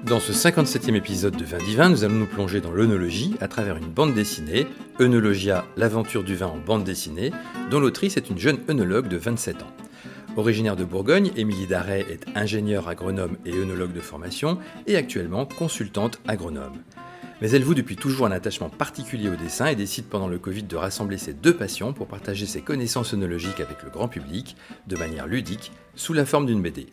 Dans ce 57e épisode de Vin Divin, nous allons nous plonger dans l'œnologie à travers une bande dessinée, Œnologia, l'aventure du vin en bande dessinée, dont l'autrice est une jeune œnologue de 27 ans. Originaire de Bourgogne, Émilie Darret est ingénieure agronome et œnologue de formation et actuellement consultante agronome. Mais elle voue depuis toujours un attachement particulier au dessin et décide pendant le Covid de rassembler ses deux passions pour partager ses connaissances œnologiques avec le grand public de manière ludique, sous la forme d'une BD.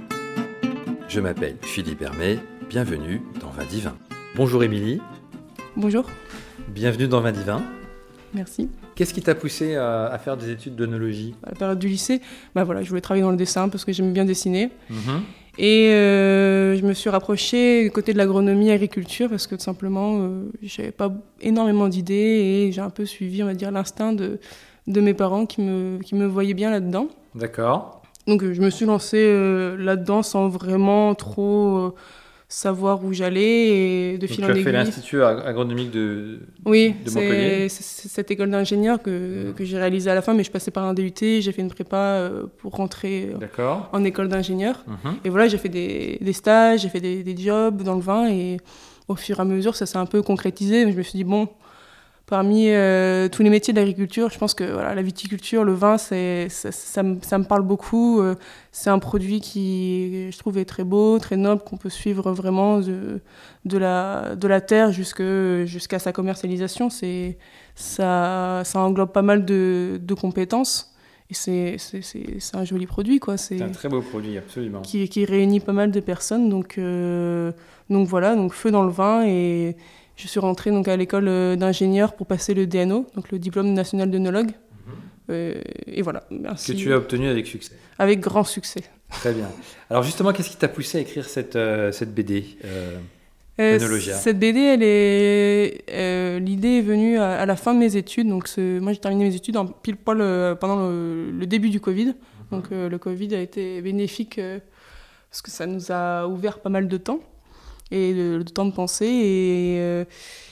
Je m'appelle Philippe Hermé, bienvenue dans Vin Divin. Bonjour Émilie. Bonjour. Bienvenue dans Vin Divin. Merci. Qu'est-ce qui t'a poussé à faire des études d'œnologie ? À la période du lycée, je voulais travailler dans le dessin parce que j'aimais bien dessiner. Et je me suis rapprochée du côté de l'agronomie agriculture parce que tout simplement, j'avais pas énormément d'idées et j'ai un peu suivi, on va dire, l'instinct de mes parents qui me voyaient bien là-dedans. D'accord. Donc je me suis lancée là-dedans sans vraiment trop savoir où j'allais et de fil en aiguille. Tu as fait l'Institut agronomique de Montpellier. Oui, c'est cette école d'ingénieur que j'ai réalisée à la fin, mais je passais par un DUT, j'ai fait une prépa pour rentrer en école d'ingénieur. Et voilà, j'ai fait des stages, j'ai fait des jobs dans le vin et au fur et à mesure, ça s'est un peu concrétisé. Je me suis dit, parmi tous les métiers de l'agriculture, je pense que la viticulture, le vin, ça me parle beaucoup. C'est un produit qui, je trouve, est très beau, très noble, qu'on peut suivre vraiment de la terre jusqu'à sa commercialisation. Ça englobe pas mal de compétences. Et c'est un joli produit, quoi. C'est un très beau produit, absolument. Qui réunit pas mal de personnes. Donc voilà, feu dans le vin. Et je suis rentrée à l'école d'ingénieur pour passer le DNO, donc le diplôme national d'œnologue. Et voilà, merci. Que tu as obtenu avec succès. Avec grand succès. Très bien. Alors justement, qu'est-ce qui t'a poussé à écrire cette BD Œnologia ? Cette BD, l'idée est venue à la fin de mes études. Donc moi, j'ai terminé mes études pile poil pendant le début du Covid. Donc le Covid a été bénéfique parce que ça nous a ouvert pas mal de temps. Et le temps de penser.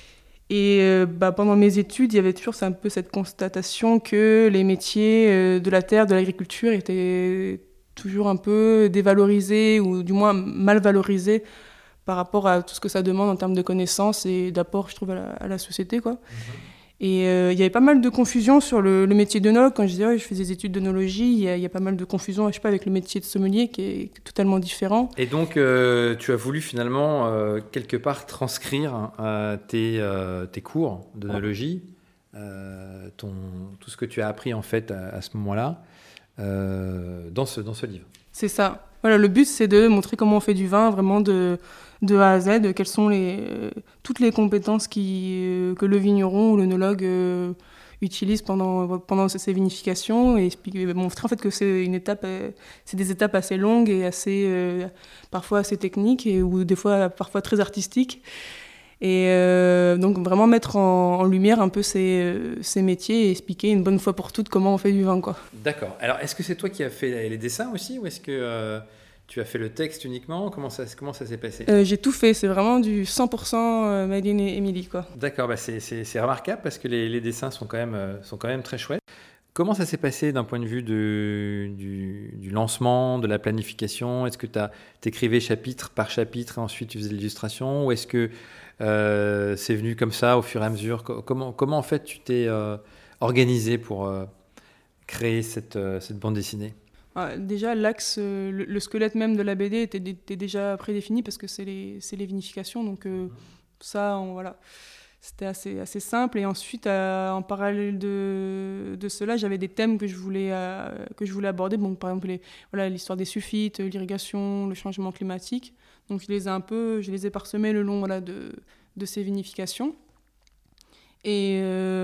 Et pendant mes études, il y avait toujours un peu cette constatation que les métiers de la terre, de l'agriculture étaient toujours un peu dévalorisés ou du moins mal valorisés par rapport à tout ce que ça demande en termes de connaissances et d'apport, je trouve, à la société, quoi. Et il y avait pas mal de confusion sur le métier d'œnologue. Quand je disais je fais des études d'œnologie, il y a pas mal de confusion, avec le métier de sommelier qui est totalement différent. Et donc, tu as voulu finalement, quelque part, transcrire tes cours d'œnologie, tout ce que tu as appris en fait à ce moment-là, dans ce livre. C'est ça. Voilà, le but, c'est de montrer comment on fait du vin, vraiment de A à Z, quelles sont toutes les compétences que le vigneron ou l'œnologue utilise pendant ses vinifications et montrer en fait que c'est des étapes assez longues et parfois assez techniques ou des fois parfois très artistiques. Et donc vraiment mettre en lumière un peu ces métiers et expliquer une bonne fois pour toutes comment on fait du vin, quoi. D'accord. Alors, est-ce que c'est toi qui as fait les dessins aussi ou est-ce que tu as fait le texte uniquement ? Comment ça s'est passé ? J'ai tout fait, c'est vraiment du 100% Made in Émilie, quoi. D'accord, c'est remarquable parce que les dessins sont quand même très chouettes. Comment ça s'est passé d'un point de vue du lancement, de la planification ? Est-ce que tu écrivais chapitre par chapitre et ensuite tu faisais l'illustration ? Ou est-ce que c'est venu comme ça au fur et à mesure ? Comment en fait tu t'es organisé pour créer cette bande dessinée ? Déjà, l'axe, le squelette même de la BD était déjà prédéfini parce que c'est les vinifications. Donc voilà. C'était assez simple. Et ensuite, en parallèle de cela, j'avais des thèmes que je voulais aborder. Bon, par exemple, l'histoire des sulfites, l'irrigation, le changement climatique. Donc, je les ai parsemés le long de ces vinifications. Et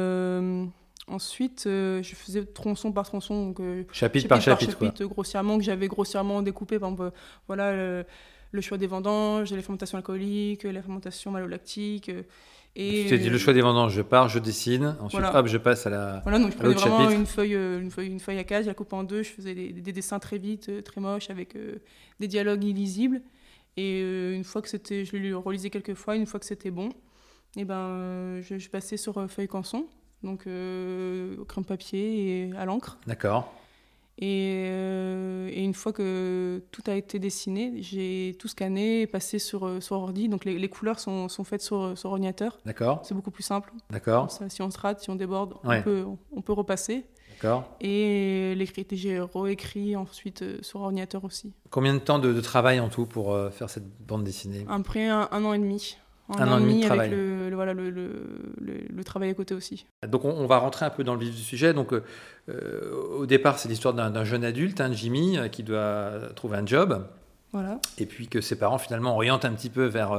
ensuite, je faisais tronçon par tronçon. Donc, chapitre par chapitre, grossièrement, que j'avais grossièrement découpé. Par exemple, le choix des vendanges, les fermentations alcooliques, la fermentation malolactique. Et tu t'es dit le choix des vendanges, je pars, je dessine, ensuite je passe à la. Voilà, donc je prenais vraiment chapitre. une feuille à case, je la coupe en deux, je faisais des dessins très vite, très moches, avec des dialogues illisibles. Et une fois que je le relisais quelques fois, une fois que c'était bon, je passais sur feuille canson, donc au crème papier et à l'encre. D'accord. Et une fois que tout a été dessiné, j'ai tout scanné et passé sur ordi. Donc les couleurs sont faites sur ordinateur. D'accord. C'est beaucoup plus simple. D'accord. Comme ça, si on se rate, si on déborde, Ouais. on peut repasser. D'accord. Et j'ai réécrit ensuite sur ordinateur aussi. Combien de temps de travail en tout pour faire cette bande dessinée ? Après un an et demi. Un an et demi de travail. Avec le travail à côté aussi. Donc on va rentrer un peu dans le vif du sujet. Donc au départ, c'est l'histoire d'un jeune adulte, Jimmy, qui doit trouver un job. Voilà. Et puis que ses parents finalement orientent un petit peu vers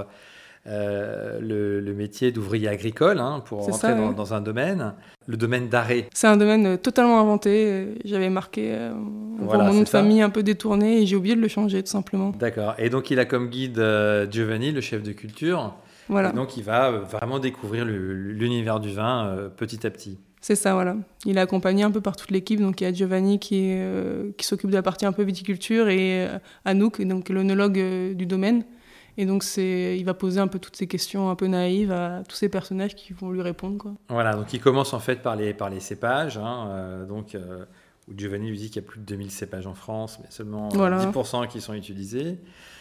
le métier d'ouvrier agricole pour rentrer dans un domaine, le domaine d'arrêt. C'est un domaine totalement inventé. J'avais marqué mon nom de famille un peu détourné et j'ai oublié de le changer tout simplement. D'accord. Et donc il a comme guide Giovanni, le chef de culture. Voilà. Et donc il va vraiment découvrir l'univers du vin petit à petit. C'est ça, voilà. Il est accompagné un peu par toute l'équipe. Donc il y a Giovanni qui s'occupe de la partie un peu viticulture et Anouk, donc l'œnologue du domaine. Et donc il va poser un peu toutes ces questions un peu naïves à tous ces personnages qui vont lui répondre, quoi. Voilà, donc il commence en fait par les cépages. Où Giovanni lui dit qu'il y a plus de 2000 cépages en France, mais seulement 10% qui sont utilisés.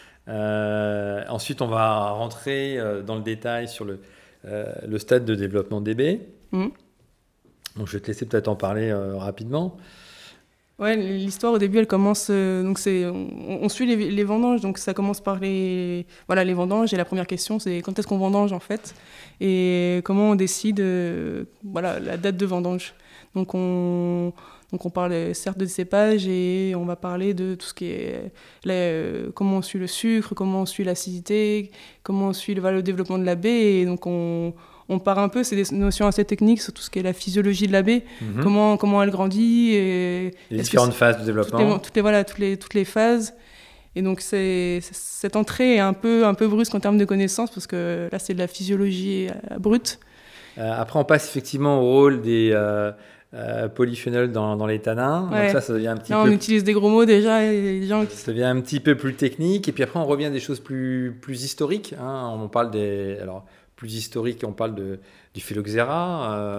Ensuite, on va rentrer dans le détail sur le stade de développement des baies. Donc, je vais te laisser peut-être en parler rapidement. Ouais, l'histoire au début, elle commence. Donc on suit les vendanges, donc ça commence par les vendanges. Et la première question, c'est quand est-ce qu'on vendange en fait, et comment on décide la date de vendange. Donc on parle certes de cépage et on va parler de tout ce qui est comment on suit le sucre, comment on suit l'acidité, comment on suit le développement de la baie. Et donc on part un peu, c'est des notions assez techniques sur tout ce qui est la physiologie de la baie, comment elle grandit. Et les différentes phases de développement. Toutes les phases. Et donc cette entrée est un peu brusque en termes de connaissances, parce que là c'est de la physiologie brute. Après on passe effectivement au rôle des polyphénols dans les tanins. Ouais. Donc ça devient un petit là, peu... on utilise des gros mots déjà, et les gens... Ça devient un petit peu plus technique. Et puis après on revient à des choses plus historiques. On parle plus historique, on parle du phylloxéra,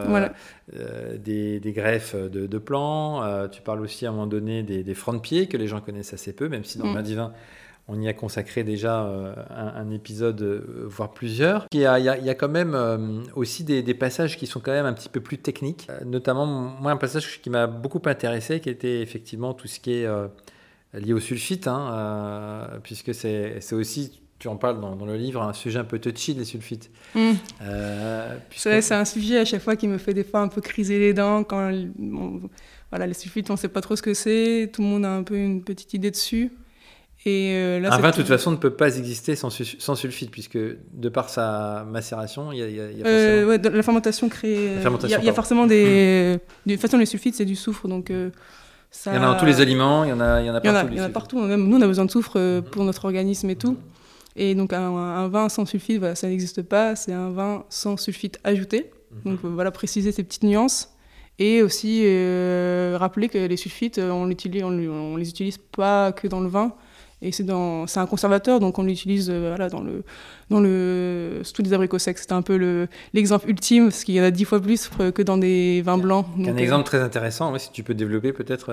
des greffes de plants. Tu parles aussi à un moment donné des francs de pied, que les gens connaissent assez peu, même si dans le vin divin, on y a consacré déjà un épisode, voire plusieurs. Il y a quand même aussi des passages qui sont quand même un petit peu plus techniques. Notamment, moi, un passage qui m'a beaucoup intéressé, qui était effectivement tout ce qui est lié au sulfite, puisque c'est aussi... Tu en parles dans le livre, un sujet un peu touchy, les sulfites. C'est un sujet à chaque fois qui me fait des fois un peu criser les dents. Les sulfites, on ne sait pas trop ce que c'est. Tout le monde a un peu une petite idée dessus. Et là, un vin, de toute façon, ne peut pas exister sans sulfite, puisque de par sa macération, il y a forcément... la fermentation crée... Il y a forcément de toute façon, les sulfites, c'est du soufre, donc... il y en a dans tous les aliments, il y en a partout. Il y en a partout. Même nous, on a besoin de soufre pour notre organisme et tout. Et donc un vin sans sulfite, ça n'existe pas, c'est un vin sans sulfite ajouté. Donc préciser ces petites nuances. Et aussi rappeler que les sulfites, on les utilise pas que dans le vin. Et c'est un conservateur, donc on l'utilise surtout les abricots secs. C'était un peu l'exemple ultime, parce qu'il y en a 10 fois plus que dans des vins blancs. Donc, un exemple très intéressant, si tu peux développer peut-être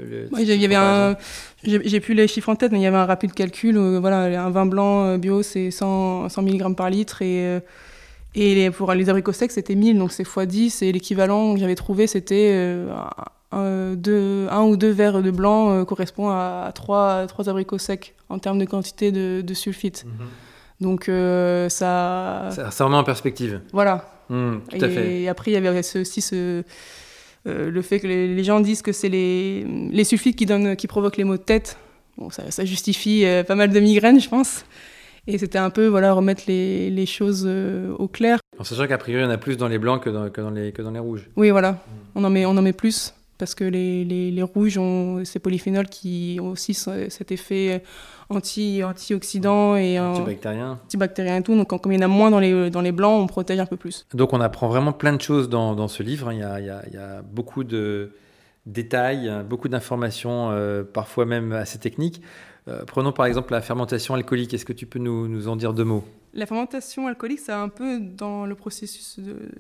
j'ai plus les chiffres en tête, mais il y avait un rapide calcul. Un vin blanc bio, c'est 100 mg par litre, et pour les abricots secs, c'était 1000, donc c'est x10. Et l'équivalent que j'avais trouvé, c'était... un ou deux verres de blanc correspond à 3 abricots secs en termes de quantité de sulfite. Donc ça remet en perspective. Voilà. Tout à fait. Et après, il y avait aussi le fait que les gens disent que c'est les sulfites qui provoquent les maux de tête. Bon, ça justifie pas mal de migraines, je pense. Et c'était un peu remettre les choses au clair. En sachant qu'a priori, il y en a plus dans les blancs que dans les rouges. Oui, voilà. On en met plus. Parce que les rouges ont ces polyphénols qui ont aussi cet effet antioxydant et antibactérien et tout. Donc, comme il y en a moins dans les blancs, on protège un peu plus. Donc, on apprend vraiment plein de choses dans ce livre. Il y a beaucoup de détails, beaucoup d'informations, parfois même assez techniques. Prenons par exemple la fermentation alcoolique. Est-ce que tu peux nous en dire 2 mots ? La fermentation alcoolique, c'est un peu dans le processus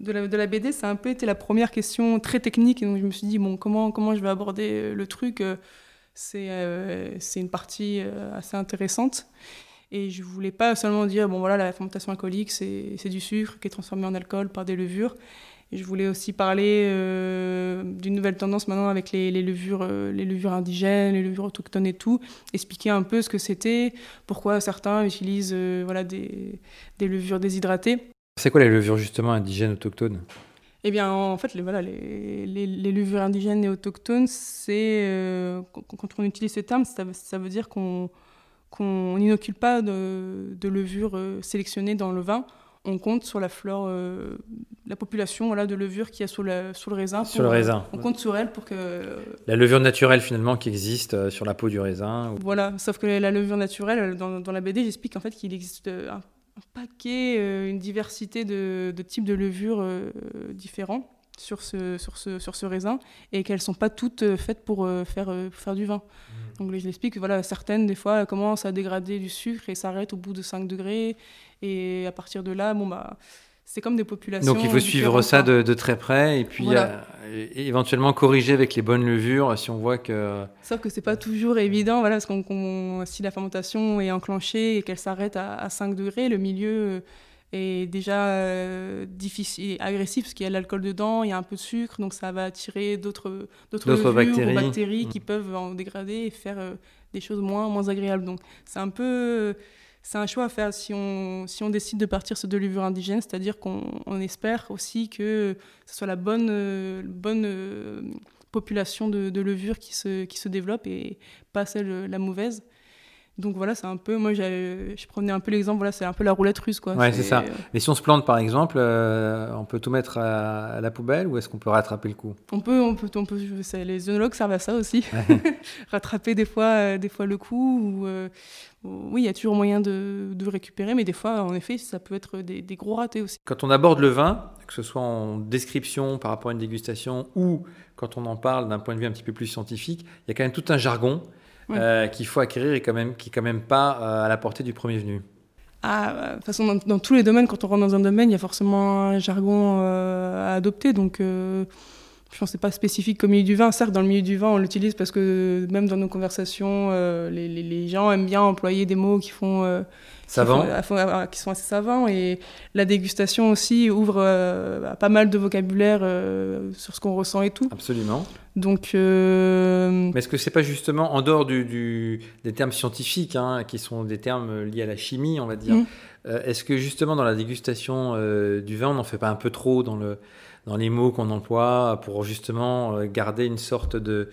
de la BD, ça a un peu été la première question très technique. Et donc, je me suis dit, bon, comment je vais aborder le truc c'est une partie assez intéressante. Et je voulais pas seulement dire, bon, voilà, la fermentation alcoolique, c'est du sucre qui est transformé en alcool par des levures. Et je voulais aussi parler d'une nouvelle tendance maintenant avec les levures indigènes, les levures autochtones et tout. Expliquer un peu ce que c'était, pourquoi certains utilisent voilà, des levures déshydratées. C'est quoi les levures justement indigènes autochtones ? Eh bien, en fait, les levures indigènes et autochtones, c'est quand on utilise ce terme, ça veut dire qu'on n'inocule pas de levures sélectionnées dans le vin. On compte sur la flore, la population voilà, de levures qu'il y a sur le raisin. Sur le raisin. On compte sur elle pour que... La levure naturelle finalement qui existe sur la peau du raisin. Voilà, sauf que la levure naturelle, dans la BD, j'explique en fait qu'il existe un paquet, une diversité de types de levures différents sur ce raisin et qu'elles ne sont pas toutes faites pour faire du vin. Donc je l'explique que voilà, certaines, des fois, commencent à dégrader du sucre et s'arrêtent au bout de 5 degrés. Et à partir de là, bon, bah, c'est comme des populations. Donc il faut suivre ça de très près et puis voilà. Éventuellement corriger avec les bonnes levures si on voit que... Sauf que ce n'est pas toujours évident, voilà, parce que si la fermentation est enclenchée et qu'elle s'arrête à 5 degrés, le milieu est déjà difficile et agressif parce qu'il y a de l'alcool dedans, il y a un peu de sucre, donc ça va attirer d'autres levures bactéries, ou bactéries qui peuvent en dégrader et faire des choses moins agréables. Donc c'est un peu... C'est un choix à faire si on décide de partir sur de levures indigènes, c'est-à-dire qu'on espère aussi que ce soit la bonne population de levures qui se développe et pas la mauvaise. Donc voilà, c'est un peu, moi je prenais un peu l'exemple, voilà, c'est un peu la roulette russe, quoi. Ouais, c'est ça. Mais si on se plante par exemple, on peut tout mettre à la poubelle ou est-ce qu'on peut rattraper le coup ? On peut, les œnologues servent à ça aussi, rattraper des fois le coup. Oui, il y a toujours moyen de récupérer, mais des fois, en effet, ça peut être des gros ratés aussi. Quand on aborde le vin, que ce soit en description par rapport à une dégustation ou quand on en parle d'un point de vue un petit peu plus scientifique, il y a quand même tout un jargon qu'il faut acquérir et qui est quand même pas à la portée du premier venu. De toute façon, dans tous les domaines, quand on rentre dans un domaine, il y a forcément un jargon à adopter. Donc, je pense que ce n'est pas spécifique au milieu du vin. Certes, dans le milieu du vin, on l'utilise parce que même dans nos conversations, les gens aiment bien employer des mots qui sont assez savants. Et la dégustation aussi ouvre pas mal de vocabulaire sur ce qu'on ressent et tout. Absolument. Donc, mais est-ce que c'est pas justement en dehors des termes scientifiques, qui sont des termes liés à la chimie, on va dire, est-ce que justement dans la dégustation du vin, on n'en fait pas un peu trop dans les mots qu'on emploie pour justement garder une sorte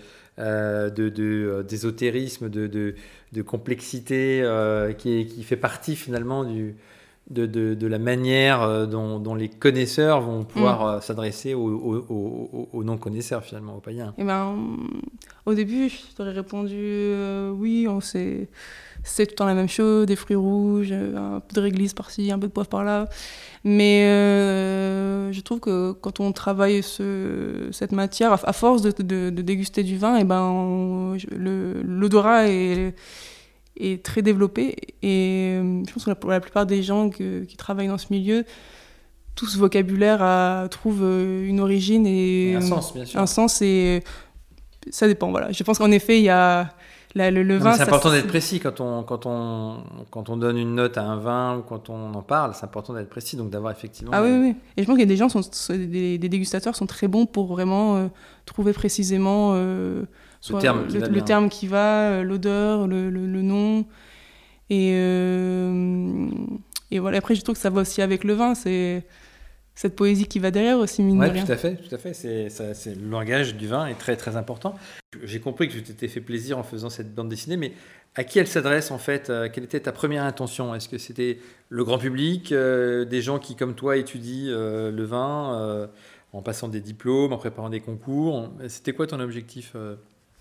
d'ésotérisme, de complexité qui fait partie finalement de la manière dont les connaisseurs vont pouvoir s'adresser aux non-connaisseurs, finalement, aux païens. Eh ben, au début, je t'aurais répondu oui, c'est tout le temps la même chose, des fruits rouges, un peu de réglisse par-ci, un peu de poivre par-là. Mais je trouve que quand on travaille cette matière, à force de déguster du vin, eh ben, l'odorat est très développé. Et je pense que pour la plupart des gens qui travaillent dans ce milieu, tout ce vocabulaire trouve une origine et un sens, bien sûr. Un sens, et ça dépend. Voilà. Je pense qu'en effet, il y a le vin. C'est important d'être précis quand on donne une note à un vin ou quand on en parle. C'est important d'être précis, donc d'avoir effectivement. Ah oui. Et je pense qu'il y a des gens, des dégustateurs sont très bons pour vraiment trouver précisément le terme qui va, l'odeur, le nom. Et voilà. Après, je trouve que ça va aussi avec le vin. C'est cette poésie qui va derrière aussi, mine de rien. Oui, tout à fait. C'est le langage du vin est très, très important. J'ai compris que tu t'étais fait plaisir en faisant cette bande dessinée, mais à qui elle s'adresse en fait ? Quelle était ta première intention ? Est-ce que c'était le grand public, des gens qui, comme toi, étudient le vin en passant des diplômes, en préparant des concours ? C'était quoi ton objectif premier ?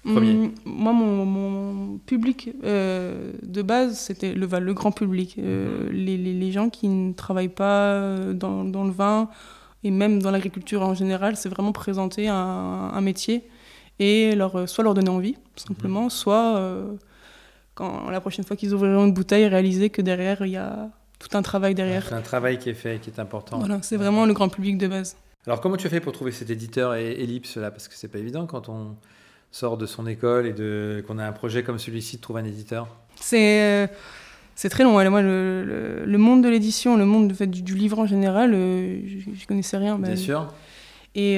Moi, mon public de base, c'était le grand public. Les gens qui ne travaillent pas dans le vin et même dans l'agriculture en général, c'est vraiment présenter un métier et soit leur donner envie, tout simplement, soit quand la prochaine fois qu'ils ouvriront une bouteille, réaliser que derrière, il y a tout un travail derrière. C'est un travail qui est fait, qui est important. Voilà, c'est vraiment le grand public de base. Alors, comment tu as fait pour trouver cet éditeur Ellipse là? Parce que c'est pas évident quand on sort de son école et qu'on a un projet comme celui-ci de trouver un éditeur. C'est très long. Moi, le monde de l'édition, le monde du livre en général, je connaissais rien. Bien sûr. Et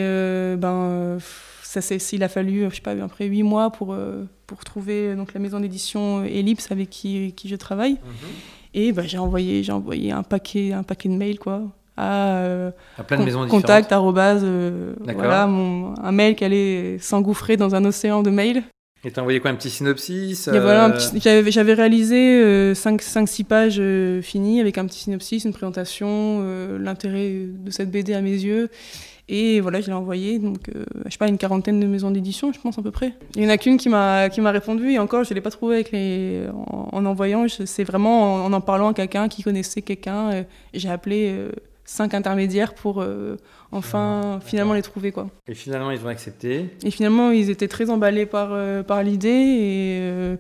il a fallu, je sais pas, à peu près 8 mois pour trouver donc, la maison d'édition Ellipse avec qui je travaille. Et j'ai envoyé un paquet de mails, quoi. À plein de maisons contact voilà, un mail qui allait s'engouffrer dans un océan de mails. Et t'as envoyé quoi, un petit synopsis J'avais réalisé 5-6 pages finies avec un petit synopsis, une présentation, l'intérêt de cette BD à mes yeux. Et voilà, je l'ai envoyé, donc je sais pas, une 40aine de maisons d'édition, je pense à peu près. Il y en a qu'une qui m'a répondu, et encore, je l'ai pas trouvé en envoyant. C'est vraiment en parlant à quelqu'un qui connaissait quelqu'un. J'ai appelé 5 intermédiaires pour finalement les trouver, quoi. Et finalement, ils ont accepté. Et finalement, ils étaient très emballés par l'idée. Et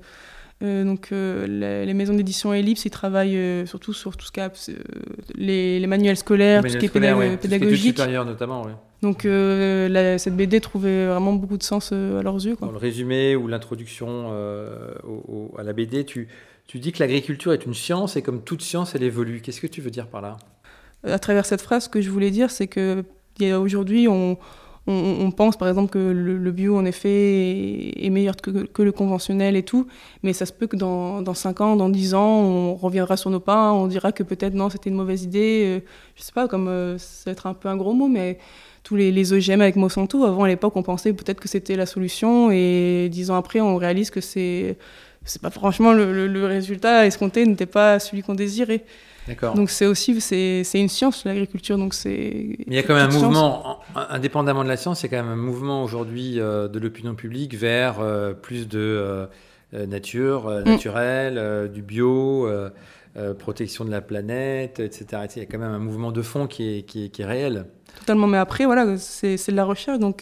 les maisons d'édition Ellipse, ils travaillent surtout sur tout ce qui est les manuels scolaires, tout ce qui est pédagogique. Tout ce qui est études supérieures notamment, oui. Donc cette BD trouvait vraiment beaucoup de sens à leurs yeux, quoi. Dans le résumé ou l'introduction à la BD, tu dis que l'agriculture est une science et comme toute science, elle évolue. Qu'est-ce que tu veux dire par là? À travers cette phrase, ce que je voulais dire, c'est qu'aujourd'hui, on pense par exemple que le bio, en effet, est meilleur que le conventionnel et tout, mais ça se peut que dans 5 ans, dans 10 ans, on reviendra sur nos pas, on dira que peut-être non, c'était une mauvaise idée. Je sais pas, comme ça va être un peu un gros mot, mais tous les OGM avec Monsanto, avant à l'époque, on pensait peut-être que c'était la solution, et 10 ans après, on réalise que c'est pas franchement le résultat escompté n'était pas celui qu'on désirait. D'accord. Donc c'est une science, l'agriculture. Donc mais il y a quand même un mouvement, indépendamment de la science, il y a quand même un mouvement aujourd'hui de l'opinion publique vers plus de naturel, du bio, protection de la planète, etc. Il y a quand même un mouvement de fond qui est réel. Totalement, mais après, voilà, c'est de la recherche, donc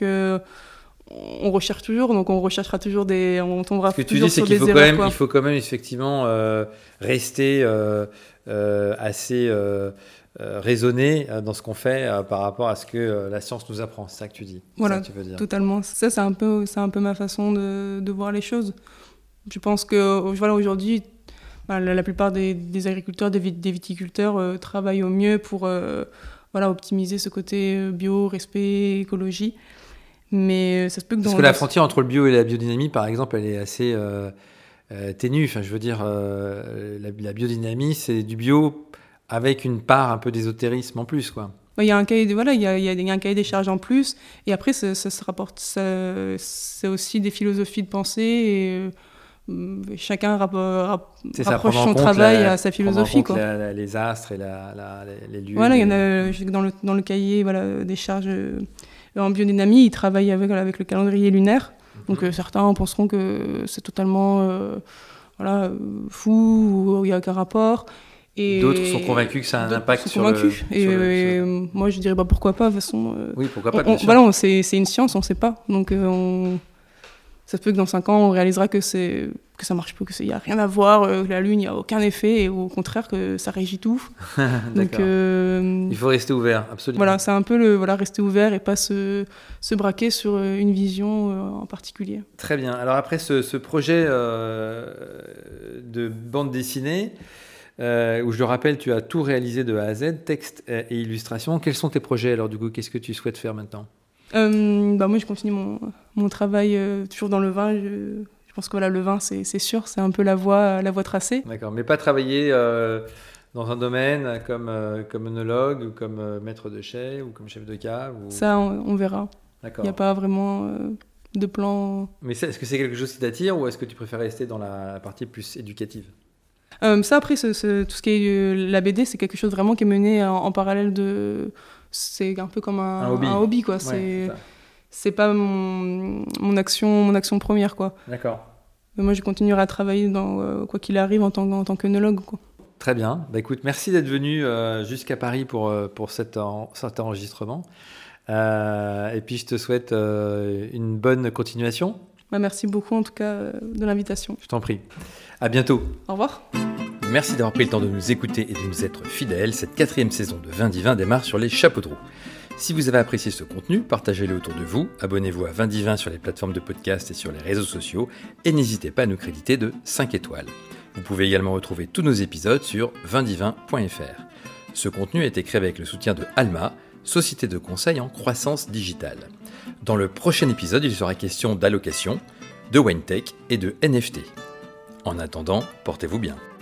on recherche toujours, donc on recherchera toujours on tombera toujours sur des erreurs. Il faut quand même effectivement rester assez raisonné dans ce qu'on fait par rapport à ce que la science nous apprend. C'est ça que tu dis. Voilà, ça que tu veux dire. Totalement. Ça, c'est un peu ma façon de voir les choses. Je pense que voilà, aujourd'hui, la plupart des agriculteurs, des viticulteurs travaillent au mieux pour optimiser ce côté bio, respect, écologie. Mais ça se peut que Parce que la frontière entre le bio et la biodynamie, par exemple, elle est assez ténue. Enfin, je veux dire, la biodynamie, c'est du bio avec une part un peu d'ésotérisme en plus, quoi. Il y a un cahier un cahier des charges en plus. Et après, ça se rapporte. C'est aussi des philosophies de pensée. Et chacun rapproche son travail à sa philosophie, quoi. Les astres et les lieux. Voilà, il y en a dans le cahier des charges. En biodynamie, ils travaillent avec le calendrier lunaire. Donc certains penseront que c'est totalement fou, ou il n'y a aucun rapport. Et d'autres sont convaincus que ça a un impact sur le... moi, je dirais pourquoi pas, de toute façon. Oui, pourquoi pas, bien sûr. Voilà, c'est une science, on ne sait pas. Donc ça se peut que dans 5 ans, on réalisera que ça marche pas, qu'il n'y a rien à voir, que la Lune, il n'y a aucun effet, et au contraire, que ça régit tout. Donc, il faut rester ouvert, absolument. Voilà, c'est un peu rester ouvert et pas se braquer sur une vision en particulier. Très bien. Alors après ce projet de bande dessinée, où je le rappelle, tu as tout réalisé de A à Z, texte et illustration. Quels sont tes projets alors du coup? Qu'est-ce que tu souhaites faire maintenant? Moi, je continue mon travail toujours dans le vin. Je pense que le vin, c'est sûr, c'est un peu la voie tracée. D'accord, mais pas travailler dans un domaine comme œnologue ou comme maître de chai ou comme chef de cave ou... Ça, on verra. D'accord. Il n'y a pas vraiment de plan. Mais est-ce que c'est quelque chose qui t'attire ou est-ce que tu préfères rester dans la partie plus éducative? Ça, après, tout ce qui est la BD, c'est quelque chose vraiment qui est mené en parallèle de... C'est un peu comme un hobby, quoi. Ouais, c'est pas mon action première, quoi. D'accord. Mais moi, je continuerai à travailler quoi qu'il arrive en tant qu'œnologue, quoi. Très bien. Écoute, merci d'être venu jusqu'à Paris pour cet enregistrement. Et puis, je te souhaite une bonne continuation. Merci beaucoup, en tout cas, de l'invitation. Je t'en prie. À bientôt. Au revoir. Merci d'avoir pris le temps de nous écouter et de nous être fidèles. Cette 4e saison de Vin Divin démarre sur les chapeaux de roue. Si vous avez apprécié ce contenu, partagez-le autour de vous, abonnez-vous à Vin Divin sur les plateformes de podcast et sur les réseaux sociaux, et n'hésitez pas à nous créditer de 5 étoiles. Vous pouvez également retrouver tous nos épisodes sur vindivin.fr. Ce contenu a été créé avec le soutien de Alma, société de conseil en croissance digitale. Dans le prochain épisode, il sera question d'allocation, de WineTech et de NFT. En attendant, portez-vous bien.